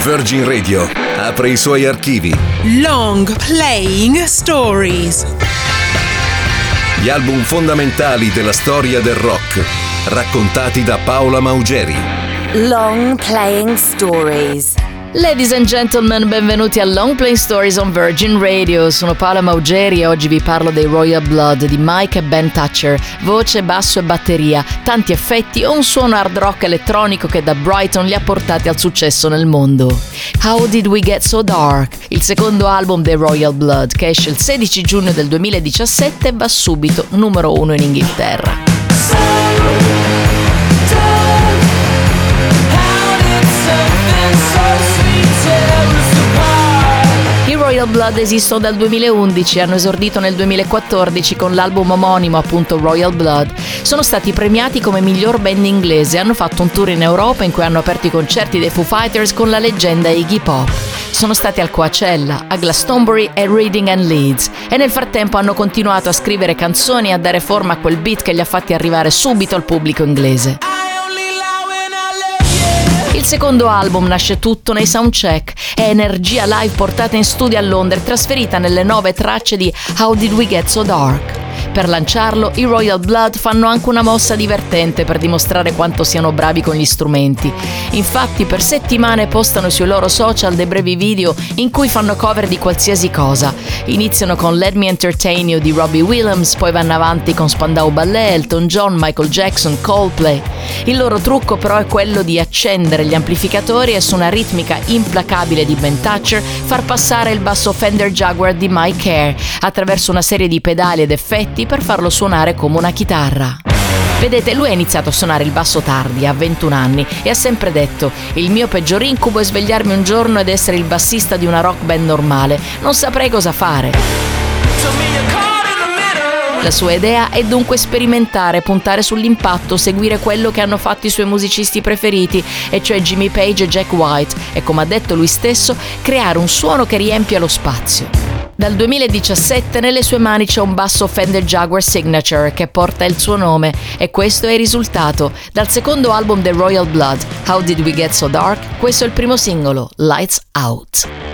Virgin Radio apre i suoi archivi. Long Playing Stories. Gli album fondamentali della storia del rock, raccontati da Paola Maugeri. Long Playing Stories. Ladies and gentlemen, benvenuti a Long Playing Stories on Virgin Radio. Sono Paola Maugeri e oggi vi parlo dei Royal Blood di Mike e Ben Thatcher. Voce, basso e batteria, tanti effetti e un suono hard rock elettronico che da Brighton li ha portati al successo nel mondo. How Did We Get So Dark? Il secondo album dei Royal Blood, che esce il 16 giugno del 2017 e va subito numero 1 in Inghilterra. I Royal Blood esistono dal 2011 e hanno esordito nel 2014 con l'album omonimo, appunto Royal Blood. Sono stati premiati come miglior band inglese, hanno fatto un tour in Europa in cui hanno aperto i concerti dei Foo Fighters con la leggenda Iggy Pop. Sono stati al Coachella, a Glastonbury e Reading and Leeds e nel frattempo hanno continuato a scrivere canzoni e a dare forma a quel beat che li ha fatti arrivare subito al pubblico inglese. Il secondo album nasce tutto nei soundcheck, è energia live portata in studio a Londra e trasferita nelle 9 tracce di How Did We Get So Dark. Per lanciarlo, i Royal Blood fanno anche una mossa divertente per dimostrare quanto siano bravi con gli strumenti. Infatti, per settimane postano sui loro social dei brevi video in cui fanno cover di qualsiasi cosa. Iniziano con Let Me Entertain You di Robbie Williams, poi vanno avanti con Spandau Ballet, Elton John, Michael Jackson, Coldplay. Il loro trucco però è quello di accendere gli amplificatori e su una ritmica implacabile di Ben Thatcher far passare il basso Fender Jaguar di Mike Kerr attraverso una serie di pedali ed effetti per farlo suonare come una chitarra. Vedete, lui ha iniziato a suonare il basso tardi, a 21 anni, e ha sempre detto: il mio peggior incubo è svegliarmi un giorno ed essere il bassista di una rock band normale, non saprei cosa fare. La sua idea è dunque sperimentare, puntare sull'impatto, seguire quello che hanno fatto i suoi musicisti preferiti, e cioè Jimmy Page e Jack White, e come ha detto lui stesso, creare un suono che riempia lo spazio. Dal 2017 nelle sue mani c'è un basso Fender Jaguar Signature che porta il suo nome, e questo è il risultato. Dal secondo album dei Royal Blood, How Did We Get So Dark, questo è il primo singolo, Lights Out.